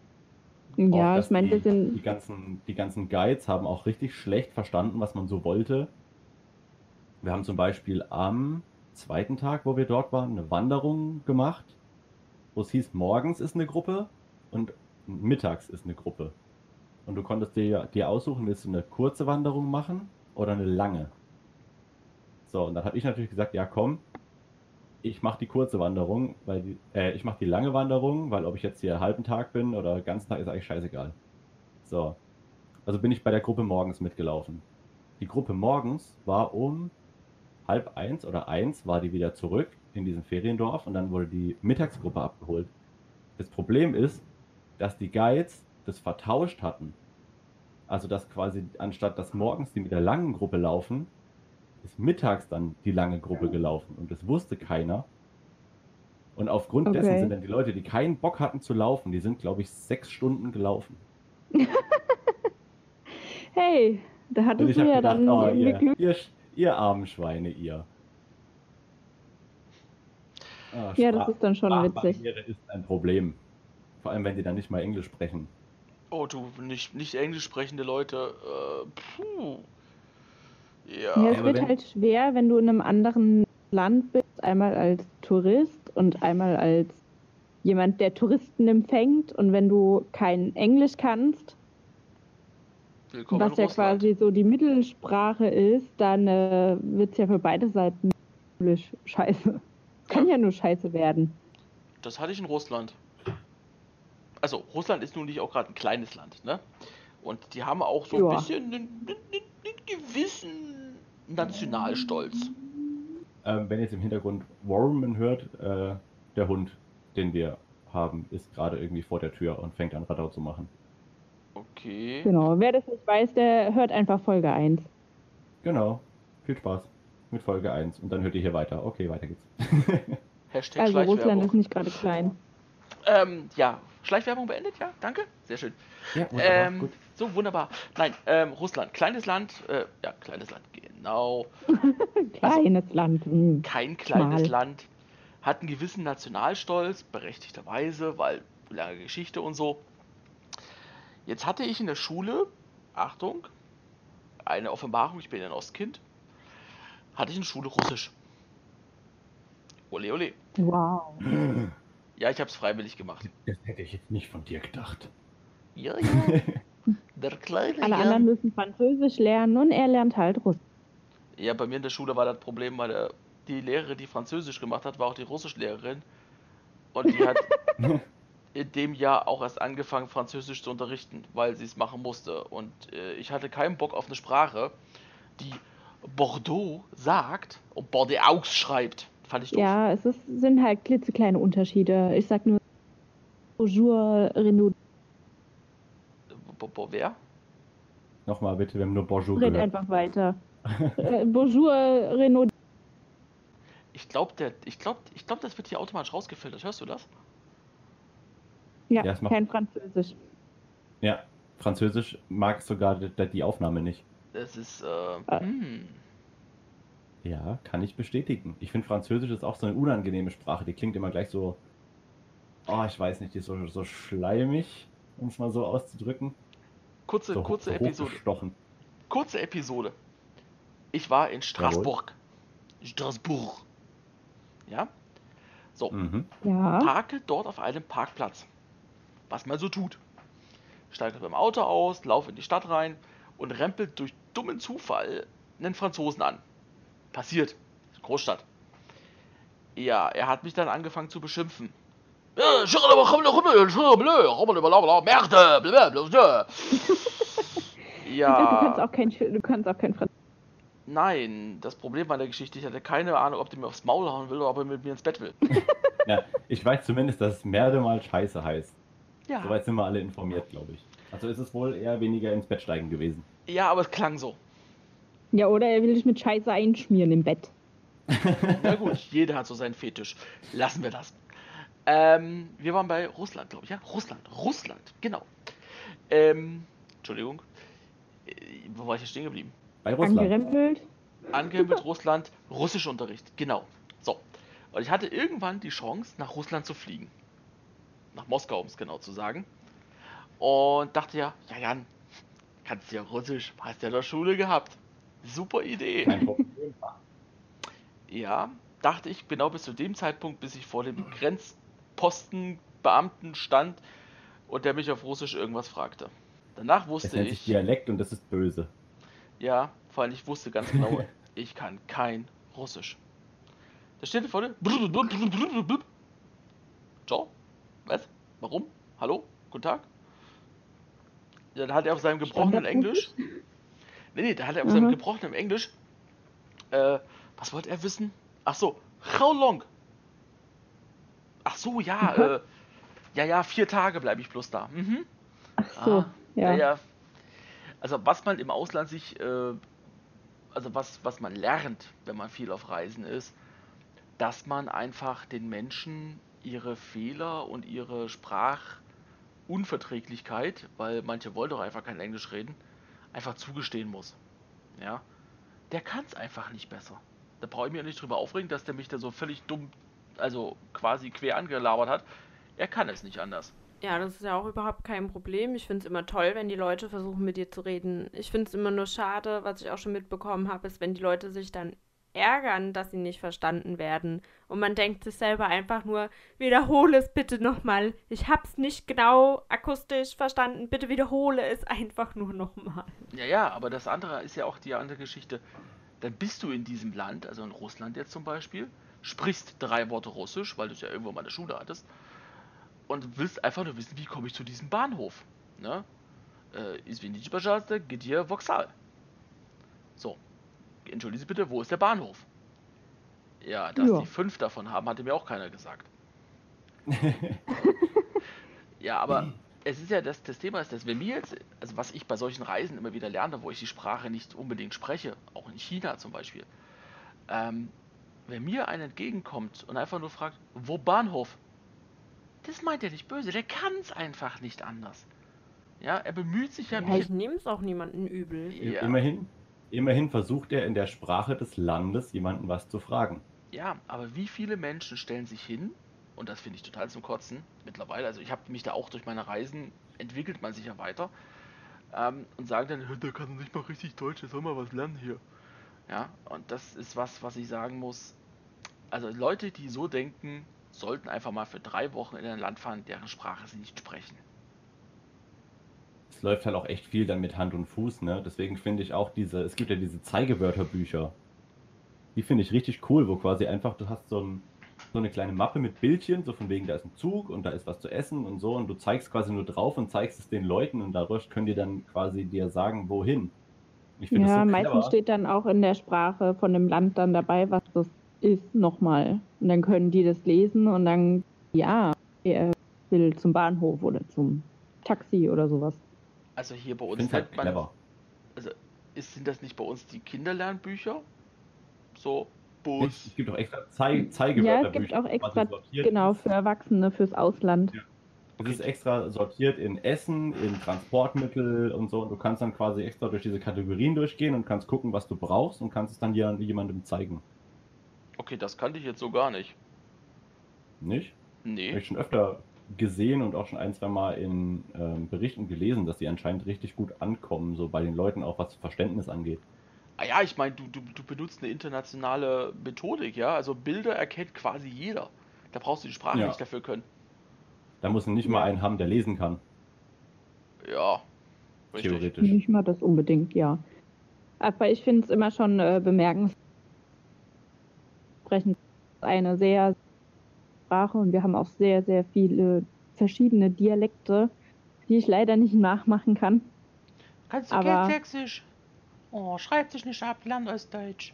Ja, Auch, dass ich meine, wir sind. die ganzen Guides haben auch richtig schlecht verstanden, was man so wollte. Wir haben zum Beispiel am zweiten Tag, wo wir dort waren, eine Wanderung gemacht, wo es hieß, morgens ist eine Gruppe und mittags ist eine Gruppe. Und du konntest dir aussuchen, willst du eine kurze Wanderung machen oder eine lange? So, und dann habe ich natürlich gesagt, ja komm, ich mache die kurze Wanderung, ich mache die lange Wanderung, weil ob ich jetzt hier einen halben Tag bin oder ganzen Tag ist eigentlich scheißegal. So, also bin ich bei der Gruppe morgens mitgelaufen. Die Gruppe morgens war um 12:30 oder 1 war die wieder zurück in diesem Feriendorf und dann wurde die Mittagsgruppe abgeholt. Das Problem ist, dass die Guides das vertauscht hatten. Also dass quasi anstatt dass morgens die mit der langen Gruppe laufen, ist mittags dann die lange Gruppe gelaufen und das wusste keiner. Und aufgrund dessen Okay. sind dann die Leute, die keinen Bock hatten zu laufen, die sind, glaube ich, 6 Stunden gelaufen. Hey, da Und hattest ich du habe ja gedacht, dann oh, irgendwie Glück. ihr armen Schweine, ihr. Ah, Ja, das ist dann schon witzig. Sprachbarriere ist ein Problem. Vor allem, wenn die dann nicht mal Englisch sprechen. Oh, du, nicht englisch sprechende Leute. Puh. Ja, Ja. es aber wird wenn- halt schwer, wenn du in einem anderen Land bist, einmal als Tourist und einmal als jemand, der Touristen empfängt. Und wenn du kein Englisch kannst, Willkommen was in ja Russland. quasi so die Mittelsprache ist, dann wird es ja für beide Seiten scheiße. Kann ja nur scheiße werden. Das hatte ich in Russland. Also, Russland ist nun nicht auch gerade ein kleines Land, ne? Und die haben auch so ein Ja. bisschen einen gewissen Nationalstolz. Wenn ihr jetzt im Hintergrund Warman hört, der Hund, den wir haben, ist gerade irgendwie vor der Tür und fängt an Radau zu machen. Okay. Genau. Wer das nicht weiß, der hört einfach Folge 1. Genau. Viel Spaß mit Folge 1 und dann hört ihr hier weiter. Okay, weiter geht's. Hashtag Also Russland ist Schleichwerbung. nicht gerade klein. Ja, Schleichwerbung beendet, ja, danke. Sehr schön. Ja, wunderbar, gut. So, wunderbar. Nein, Russland, kleines Land, ja, kleines Land, genau. Kleines Land. Kein kleines Schmal. Land, hat einen gewissen Nationalstolz, berechtigterweise, weil lange Geschichte und so. Jetzt hatte ich in der Schule, Achtung, eine Offenbarung, ich bin ein Ostkind, hatte ich in der Schule Russisch. Ole, ole. Wow. Ja, ich habe es freiwillig gemacht. Das hätte ich jetzt nicht von dir gedacht. Ja, ja. Der kleine Alle Jan. anderen müssen Französisch lernen und er lernt halt Russisch. Ja, bei mir in der Schule war das Problem, weil die Lehrerin, die Französisch gemacht hat, war auch die Russischlehrerin. Und die hat in dem Jahr auch erst angefangen, Französisch zu unterrichten, weil sie es machen musste. Und ich hatte keinen Bock auf eine Sprache, die Bordeaux sagt und Bordeaux schreibt. Fand ich doof. Ja, sind halt klitzekleine Unterschiede. Ich sag nur Bonjour, Renaud. Wer? Nochmal bitte, wir haben nur Bonjour Red gehört. einfach weiter. Bonjour, Renaud. Ich glaube, das wird hier automatisch rausgefiltert. Hörst du das? Ja, Ja, es macht- kein Französisch. Ja, Französisch mag sogar die Aufnahme nicht. Das ist, Ja, kann ich bestätigen. Ich finde Französisch ist auch so eine unangenehme Sprache. Die klingt immer gleich so, oh, ich weiß nicht, die ist so schleimig, um es mal so auszudrücken. kurze So Episode. hochgestochen. Kurze Episode. Ich war in Straßburg. Straßburg. Ja? So, Mhm. Ja. parke dort auf einem Parkplatz. Was man so tut. Steige beim Auto aus, laufe in die Stadt rein und rempelt durch dummen Zufall einen Franzosen an. Passiert. Großstadt. Ja, er hat mich dann angefangen zu beschimpfen. Ja. Du kannst auch kein Französisch. Nein, das Problem war in der Geschichte, ich hatte keine Ahnung, ob der mir aufs Maul hauen will oder ob er mit mir ins Bett will. Ja, ich weiß zumindest, dass es Merde mal Scheiße heißt. Ja, Soweit sind wir alle informiert, glaube ich. Also ist es wohl eher weniger ins Bett steigen gewesen. ja, aber es klang so. Ja, oder er will dich mit Scheiße einschmieren im Bett. Na gut, jeder hat so seinen Fetisch. Lassen wir das. Wir waren bei Russland, glaube ich, ja? Russland, genau. Entschuldigung. Wo war ich jetzt stehen geblieben? Bei Russland. Angerempelt. Angehört Russland, Russischunterricht, genau. So. Und ich hatte irgendwann die Chance, nach Russland zu fliegen. Nach Moskau, um es genau zu sagen. Und dachte ja, Jan, kannst ja Russisch, hast ja in der Schule gehabt. Super Idee. Kein Problem. Ja, dachte ich genau bis zu dem Zeitpunkt, bis ich vor dem Grenzpostenbeamten stand und der mich auf Russisch irgendwas fragte. Danach Es wusste nennt sich ich, Dialekt und das ist böse. Ja, vor allem ich wusste ganz genau, ich kann kein Russisch. Da steht da vorne. Ciao? Was? Warum? Hallo? Guten Tag? Dann hat er auf seinem gebrochenen Englisch. Standardrussisch? Nee, da hat er auf seinem Aha. gebrochenen Englisch. Äh, was wollte er wissen? Ach so, how long? Ach so, ja, Was? ja, 4 Tage bleibe ich bloß da. Mhm. Ach Ah, so, ja, ja. ja. Also was man im Ausland also was man lernt, wenn man viel auf Reisen ist, dass man einfach den Menschen ihre Fehler und ihre Sprachunverträglichkeit, weil manche wollen doch einfach kein Englisch reden, einfach zugestehen muss. Ja, der kann es einfach nicht besser. Da brauche ich mich ja nicht drüber aufregen, dass der mich da so völlig dumm, also quasi quer angelabert hat. Er kann es nicht anders. Ja, das ist ja auch überhaupt kein Problem. Ich finde es immer toll, wenn die Leute versuchen, mit dir zu reden. Ich finde es immer nur schade, was ich auch schon mitbekommen habe, ist, wenn die Leute sich dann ärgern, dass sie nicht verstanden werden. Und man denkt sich selber einfach nur, wiederhole es bitte nochmal. Ich hab's nicht genau akustisch verstanden. Bitte wiederhole es einfach nur nochmal. Ja, ja, aber das andere ist ja auch die andere Geschichte. Dann bist du in diesem Land, also in Russland jetzt zum Beispiel, sprichst 3 Worte Russisch, weil du es ja irgendwo mal in der Schule hattest, und willst einfach nur wissen, wie komme ich zu diesem Bahnhof. Ne? Извините, пожалуйста, где вокзал? So, entschuldigen Sie bitte, wo ist der Bahnhof? Ja, dass die Ja. 5 davon haben, hatte mir auch keiner gesagt. Ja, aber es ist ja das Thema ist, dass wenn mir jetzt, also was ich bei solchen Reisen immer wieder lerne, wo ich die Sprache nicht unbedingt spreche, auch in China zum Beispiel, ähm, wenn mir einer entgegenkommt und einfach nur fragt, wo Bahnhof? Das meint er nicht böse, der kann es einfach nicht anders. Ja, er bemüht sich ja Ja, mich. ich nehme es auch niemandem übel. Ja, Immerhin versucht er in der Sprache des Landes jemanden was zu fragen. ja, aber wie viele Menschen stellen sich hin, und das finde ich total zum Kotzen mittlerweile, also ich habe mich da auch durch meine Reisen, entwickelt man sich ja weiter, und sagen dann, der kann nicht mal richtig Deutsch, der soll mal was lernen hier. Ja, und das ist was ich sagen muss. Also Leute, die so denken, sollten einfach mal für 3 Wochen in ein Land fahren, deren Sprache sie nicht sprechen. Es läuft halt auch echt viel dann mit Hand und Fuß, ne? Deswegen finde ich auch es gibt ja diese Zeigewörterbücher. Die finde ich richtig cool, wo quasi einfach, du hast so eine kleine Mappe mit Bildchen, so von wegen, da ist ein Zug und da ist was zu essen und so, und du zeigst quasi nur drauf und zeigst es den Leuten und dadurch können die dann quasi dir sagen, wohin. Ich finde das Ja, so meistens clever. steht dann auch in der Sprache von dem Land dann dabei, was das ist, nochmal. Und dann können die das lesen und dann, ja, er will zum Bahnhof oder zum Taxi oder sowas. Also hier bei Ich uns finde es halt nennt man, clever. also sind das nicht bei uns die Kinderlernbücher? So, Es Bus. gibt auch extra Ja, es Zeigewörterbücher, gibt auch quasi extra, sortiert genau, ist. für Erwachsene, fürs Ausland. Ja. Es Okay, ist extra sortiert in Essen, in Transportmittel und so. Und du kannst dann quasi extra durch diese Kategorien durchgehen und kannst gucken, was du brauchst und kannst es dann jemandem zeigen. okay, das kannte ich jetzt so gar nicht. Nicht? Nee. Habe ich schon öfter gesehen und auch schon ein, zwei Mal in Berichten gelesen, dass die anscheinend richtig gut ankommen, so bei den Leuten auch, was Verständnis angeht. Ah ja, ich meine, du benutzt eine internationale Methodik, ja? Also Bilder erkennt quasi jeder. Da brauchst du die Sprache Ja. nicht dafür können. Da muss nicht mal Ja. einen haben, der lesen kann, Ja, richtig. theoretisch. Nicht mal das unbedingt, ja. Aber ich finde es immer schon bemerkenswert, sprechen eine sehr Sprache und wir haben auch sehr, sehr viele verschiedene Dialekte, die ich leider nicht nachmachen kann. Kannst du Aber- kein Sächsisch? Oh, schreibt sich nicht ab, lern Ostdeutsch.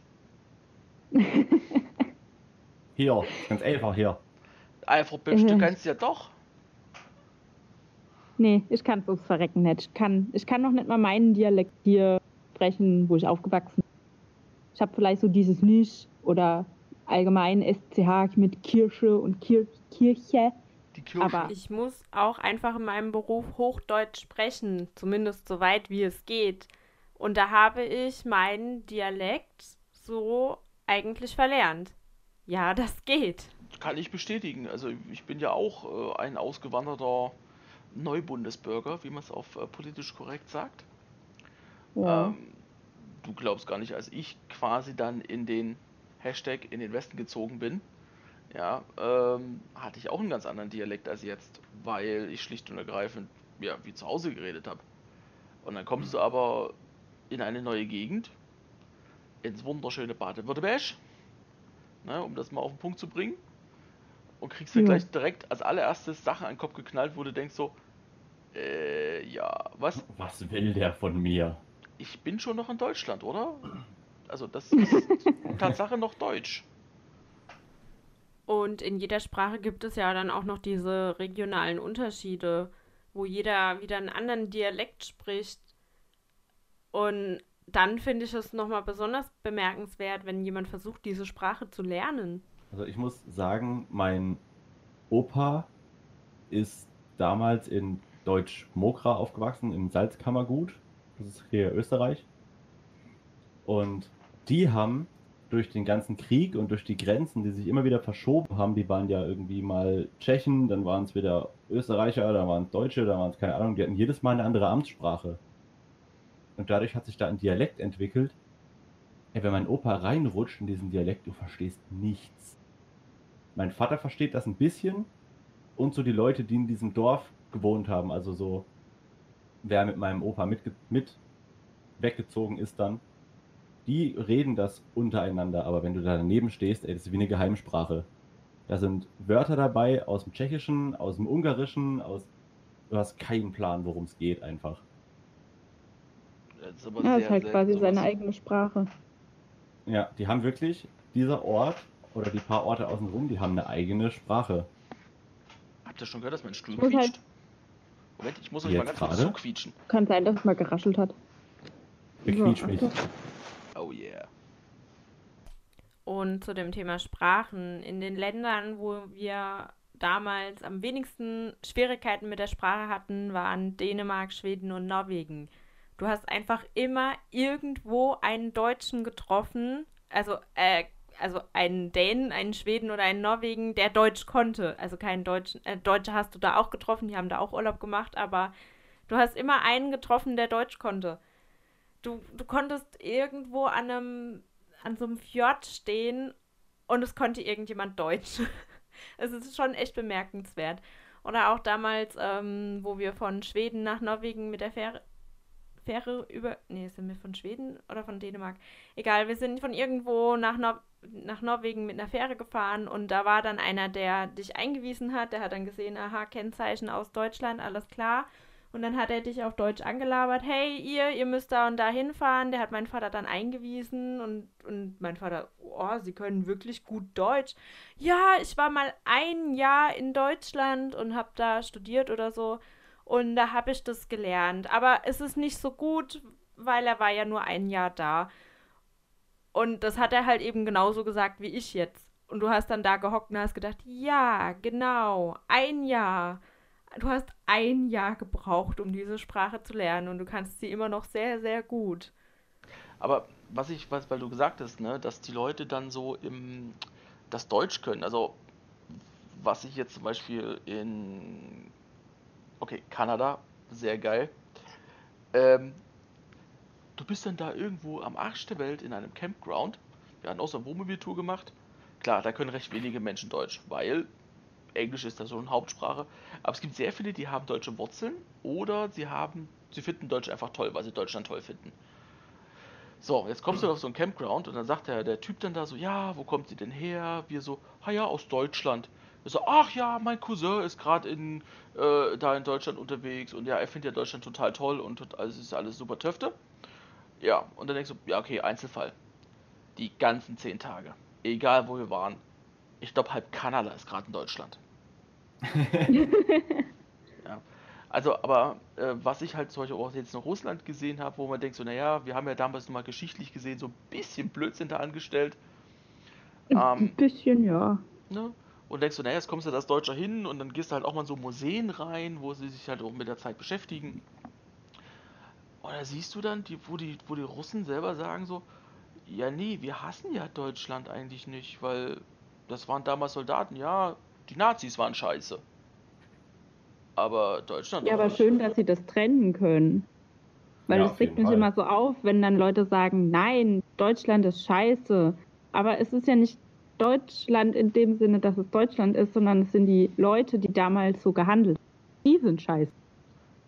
Hier, ist ganz einfach hier. Einfach, du Äh. kannst ja doch. Nee, ich kann es ums Verrecken nicht. Ich kann noch nicht mal meinen Dialekt hier sprechen, wo ich aufgewachsen bin. Ich habe vielleicht so dieses Nicht oder allgemein SCH mit Kirche und Kirche. Die Kirche. Aber- Ich muss auch einfach in meinem Beruf Hochdeutsch sprechen, zumindest so weit wie es geht. Und da habe ich meinen Dialekt so eigentlich verlernt. Ja, das geht. Kann ich bestätigen. Also ich bin ja auch ein ausgewanderter Neubundesbürger, wie man es auf politisch korrekt sagt. Ja. Du glaubst gar nicht, als ich quasi dann in den Hashtag in den Westen gezogen bin, ja, hatte ich auch einen ganz anderen Dialekt als jetzt, weil ich schlicht und ergreifend, ja, wie zu Hause geredet habe. Und dann kommst du aber in eine neue Gegend, ins wunderschöne Baden-Württemberg, ne, um das mal auf den Punkt zu bringen, und kriegst dann Jo. gleich direkt als allererstes Sachen an den Kopf geknallt, wo du denkst so, ja, was? Was will der von mir? Ich bin schon noch in Deutschland, oder? Also das ist Tatsache noch Deutsch. Und in jeder Sprache gibt es ja dann auch noch diese regionalen Unterschiede, wo jeder wieder einen anderen Dialekt spricht. Und dann finde ich es nochmal besonders bemerkenswert, wenn jemand versucht, diese Sprache zu lernen. Also ich muss sagen, mein Opa ist damals in Deutsch-Mokra aufgewachsen, im Salzkammergut. Das ist hier Österreich. Und die haben durch den ganzen Krieg und durch die Grenzen, die sich immer wieder verschoben haben, die waren ja irgendwie mal Tschechen, dann waren es wieder Österreicher, dann waren es Deutsche, dann waren es keine Ahnung, die hatten jedes Mal eine andere Amtssprache. Und dadurch hat sich da ein Dialekt entwickelt. Ey, wenn mein Opa reinrutscht in diesen Dialekt, du verstehst nichts. Mein Vater versteht das ein bisschen und so die Leute, die in diesem Dorf gewohnt haben, also so, wer mit meinem Opa mit weggezogen ist dann, die reden das untereinander, aber wenn du da daneben stehst, ey, das ist wie eine Geheimsprache. Da sind Wörter dabei aus dem Tschechischen, aus dem Ungarischen, du hast keinen Plan, worum es geht einfach. Das ist aber Ja, ist sehr halt selten quasi sowas. seine eigene Sprache. Ja, die haben wirklich, dieser Ort oder die paar Orte außenrum, die haben eine eigene Sprache. Habt ihr schon gehört, dass mein Stuhl Ich muss quietscht? halt- Moment, ich muss euch Jetzt mal ganz kurz gerade? zuquietschen. Kann sein, dass es mal geraschelt hat. Bequietsch So, mich. okay. Oh yeah. Und zu dem Thema Sprachen. In den Ländern, wo wir damals am wenigsten Schwierigkeiten mit der Sprache hatten, waren Dänemark, Schweden und Norwegen. Du hast einfach immer irgendwo einen Deutschen getroffen, also einen Dänen, einen Schweden oder einen Norwegen, der Deutsch konnte. Also keinen Deutschen, Deutsche hast du da auch getroffen, die haben da auch Urlaub gemacht, aber du hast immer einen getroffen, der Deutsch konnte. Du konntest irgendwo an so einem Fjord stehen und es konnte irgendjemand Deutsch. Es ist schon echt bemerkenswert. Oder auch damals, wo wir von Schweden nach Norwegen mit der Fähre über... Nee, sind wir von Schweden oder von Dänemark? Egal, wir sind von irgendwo nach Norwegen mit einer Fähre gefahren und da war dann einer, der dich eingewiesen hat. Der hat dann gesehen, aha, Kennzeichen aus Deutschland, alles klar. Und dann hat er dich auf Deutsch angelabert, hey, ihr müsst da und da hinfahren. Der hat meinen Vater dann eingewiesen und mein Vater, oh, Sie können wirklich gut Deutsch. Ja, ich war mal ein Jahr in Deutschland und habe da studiert oder so und da habe ich das gelernt. Aber es ist nicht so gut, weil er war ja nur ein Jahr da. Und das hat er halt eben genauso gesagt wie ich jetzt. Und du hast dann da gehockt und hast gedacht, ja, genau, ein Jahr. Du hast ein Jahr gebraucht, um diese Sprache zu lernen und du kannst sie immer noch sehr, sehr gut. Aber weil du gesagt hast, ne, dass die Leute dann so das Deutsch können. Also, was ich jetzt zum Beispiel okay, Kanada, sehr geil. Ähm, Du bist dann da irgendwo am Arsch der Welt in einem Campground. Wir hatten auch so eine Wohnmobiltour gemacht. Klar, da können recht wenige Menschen Deutsch, weil Englisch ist da so eine Hauptsprache. Aber es gibt sehr viele, die haben deutsche Wurzeln oder sie finden Deutsch einfach toll, weil sie Deutschland toll finden. So, jetzt kommst du auf so ein Campground und dann sagt der Typ dann da so, ja, wo kommt sie denn her? Wir so, ah ja, aus Deutschland. Er so, ach ja, mein Cousin ist gerade da in Deutschland unterwegs und ja, er findet ja Deutschland total toll und es ist alles super Töfte. Ja, und dann denkst du, ja, okay, Einzelfall. Die ganzen 10 Tage. Egal, wo wir waren. Ich glaube, halb Kanada ist gerade in Deutschland. Ja. Also, aber was ich halt zum Beispiel auch jetzt in Russland gesehen habe, wo man denkt so, naja, wir haben ja damals nochmal geschichtlich gesehen so ein bisschen Blödsinn da angestellt. Ein bisschen, ja. Ne? Und denkst du, naja, jetzt kommst du da als Deutscher hin und dann gehst du halt auch mal in so Museen rein, wo sie sich halt auch mit der Zeit beschäftigen. Und da siehst du dann, wo die Russen selber sagen so, ja nee, wir hassen ja Deutschland eigentlich nicht, weil das waren damals Soldaten, ja, die Nazis waren scheiße. Aber Deutschland Ja, doch aber nicht. schön, dass sie das trennen können. Weil Ja, es auf regt jeden mich Fall. immer so auf, wenn dann Leute sagen, nein, Deutschland ist scheiße. Aber es ist ja nicht Deutschland in dem Sinne, dass es Deutschland ist, sondern es sind die Leute, die damals so gehandelt haben. Die sind scheiße.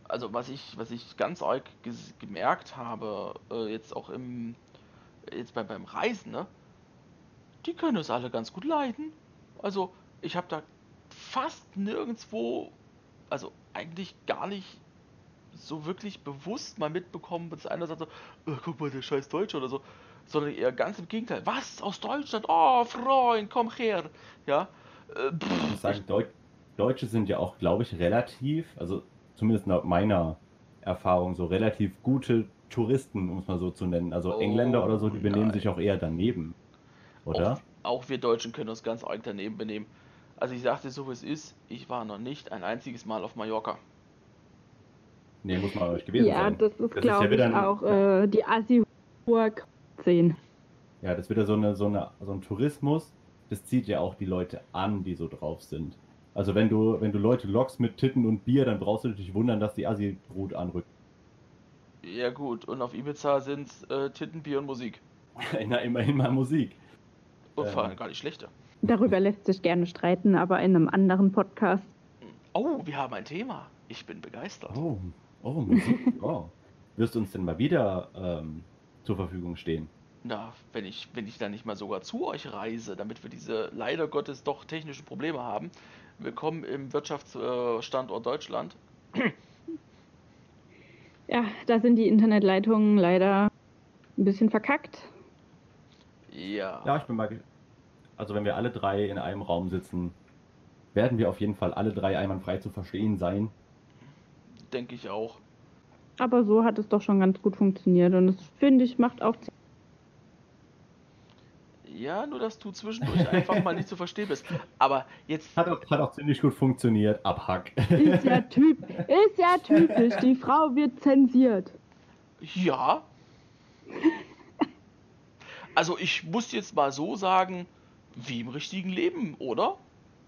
Also was ich ganz arg gemerkt habe, jetzt auch beim Reisen, ne? Die können es alle ganz gut leiden. Also ich habe da fast nirgendwo, also eigentlich gar nicht so wirklich bewusst mal mitbekommen, dass einer sagt so, guck mal, der scheiß Deutsche oder so, sondern eher ganz im Gegenteil. Was? Aus Deutschland? Oh, Freund, komm her. Ja, Ich muss sagen, Deutsche sind ja auch, glaube ich, relativ, also zumindest nach meiner Erfahrung, so relativ gute Touristen, um es mal so zu nennen. Also Engländer oder so, oh die benehmen nein. sich auch eher daneben, Auch, oder? auch wir Deutschen können uns ganz arg daneben benehmen. Also ich sagte so, wie es ist, ich war noch nicht ein einziges Mal auf Mallorca. Nee, muss man euch gewesen Ja, sein. das ist, Das ist ja glaube wieder ich, auch die Assi-10. ja, das ist wieder so ein Tourismus, das zieht ja auch die Leute an, die so drauf sind. Also wenn du Leute lockst mit Titten und Bier, dann brauchst du dich nicht wundern, dass die Assi-Brut anrückt. Ja gut, und auf Ibiza sind Titten, Bier und Musik. Na, immerhin mal Musik. Und vor allem gar nicht schlechter. Darüber lässt sich gerne streiten, aber in einem anderen Podcast. Oh, wir haben ein Thema. Ich bin begeistert. Oh, Musik. Oh. Wirst du uns denn mal wieder zur Verfügung stehen? Na, wenn ich dann nicht mal sogar zu euch reise, damit wir diese leider Gottes doch technischen Probleme haben. Willkommen im Wirtschaftsstandort Deutschland. Ja, da sind die Internetleitungen leider ein bisschen verkackt. Ja, Ja, ich bin mal. Also, wenn wir alle drei in einem Raum sitzen, werden wir auf jeden Fall alle drei einwandfrei zu verstehen sein. denke ich auch. Aber so hat es doch schon ganz gut funktioniert und das finde ich macht auch Ja, nur dass du zwischendurch einfach mal nicht zu verstehen bist. Aber jetzt, Hat auch ziemlich gut funktioniert. Abhack. ist ja typisch. Die Frau wird zensiert. ja. Also ich muss jetzt mal so sagen, wie im richtigen Leben, oder?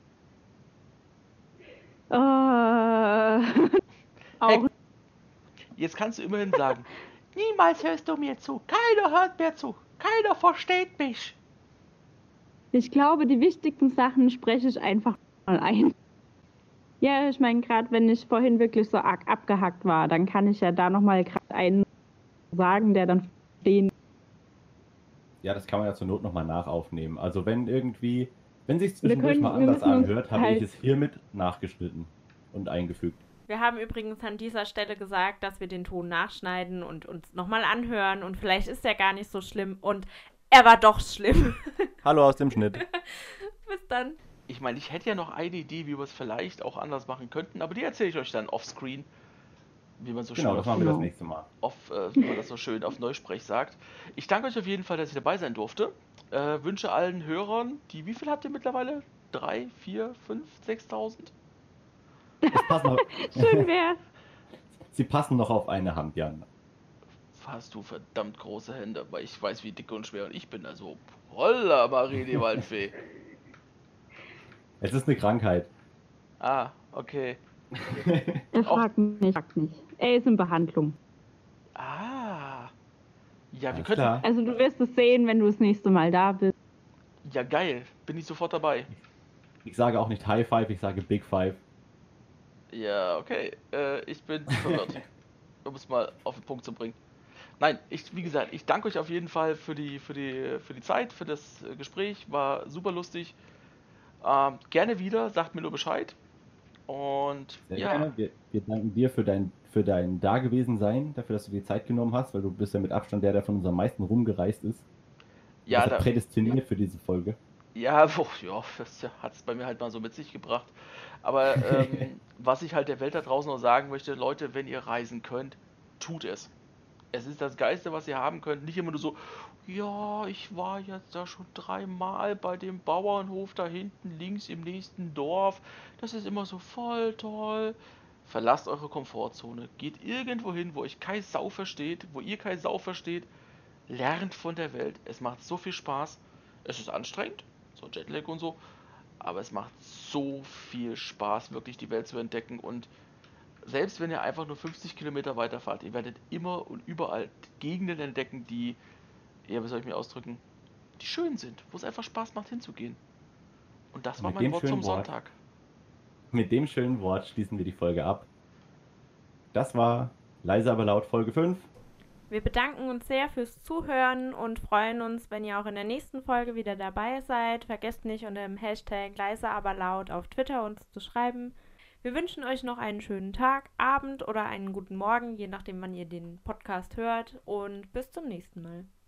Auch Hey, jetzt kannst du immerhin sagen, niemals hörst du mir zu. Keiner hört mir zu. Keiner versteht mich. ich glaube, die wichtigsten Sachen spreche ich einfach mal ein. Ja, ich meine, gerade wenn ich vorhin wirklich so arg abgehackt war, dann kann ich ja da nochmal gerade einen sagen, der dann verstehen. Ja, das kann man ja zur Not nochmal nachaufnehmen. Also, wenn sich Wir zwischendurch mal wir anders müssen uns anhört, habe ich halt, es hiermit nachgeschnitten und eingefügt. Wir haben übrigens an dieser Stelle gesagt, dass wir den Ton nachschneiden und uns nochmal anhören und vielleicht ist er gar nicht so schlimm und er war doch schlimm. Hallo aus dem Schnitt. Bis dann. Ich meine, ich hätte ja noch eine Idee, wie wir es vielleicht auch anders machen könnten, aber die erzähle ich euch dann offscreen, wie man so Genau, schön das machen wir das nächste Mal. wie man das so schön auf Neusprech sagt. Ich danke euch auf jeden Fall, dass ich dabei sein durfte. Wünsche allen Hörern, wie viel habt ihr mittlerweile? 3, 4, 5, 6.000? Das passt noch, schön wär's. sie passen noch auf eine Hand, Jan. Hast du verdammt große Hände, weil ich weiß, wie dick und schwer und ich bin. Also, holla, Marie, die Waldfee. Es ist eine Krankheit. Ah, okay. Er Auch- fragt nicht. Er ist in Behandlung. Ah. Ja, wir Alles könnten. klar. Also du wirst es sehen, wenn du das nächste Mal da bist. Ja, geil. Bin ich sofort dabei. Ich sage auch nicht High Five, ich sage Big Five. Ja, okay. Ich bin verwirrt. Um es mal auf den Punkt zu bringen. Nein, wie gesagt, ich danke euch auf jeden Fall für die Zeit, für das Gespräch. War super lustig. Gerne wieder, sagt mir nur Bescheid. Und Sehr ja, gerne. Wir danken dir für dein Dagewesensein, dafür, dass du dir Zeit genommen hast, weil du bist ja mit Abstand der von uns am meisten rumgereist ist. Du ja, bist ja prädestiniert für diese Folge. ja, das hat es bei mir halt mal so mit sich gebracht. Aber was ich halt der Welt da draußen noch sagen möchte, Leute, wenn ihr reisen könnt, tut es. Es ist das Geilste, was ihr haben könnt. Nicht immer nur so, ja, ich war jetzt da schon 3-mal bei dem Bauernhof da hinten links im nächsten Dorf. Das ist immer so voll toll. Verlasst eure Komfortzone. Geht irgendwo hin, wo euch kein Sau versteht, wo ihr kein Sau versteht. Lernt von der Welt. Es macht so viel Spaß. Es ist anstrengend, so Jetlag und so. Aber es macht so viel Spaß, wirklich die Welt zu entdecken. Und selbst wenn ihr einfach nur 50 Kilometer weiterfahrt, ihr werdet immer und überall Gegenden entdecken, die, ja, wie soll ich mich ausdrücken, die schön sind, wo es einfach Spaß macht hinzugehen. Und das war Mit mein dem Wort schönen zum Wort. Sonntag. Mit dem schönen Wort schließen wir die Folge ab. Das war Leise aber laut Folge 5. Wir bedanken uns sehr fürs Zuhören und freuen uns, wenn ihr auch in der nächsten Folge wieder dabei seid. Vergesst nicht, unter dem Hashtag leise aber laut auf Twitter uns zu schreiben. Wir wünschen euch noch einen schönen Tag, Abend oder einen guten Morgen, je nachdem, wann ihr den Podcast hört. Und bis zum nächsten Mal.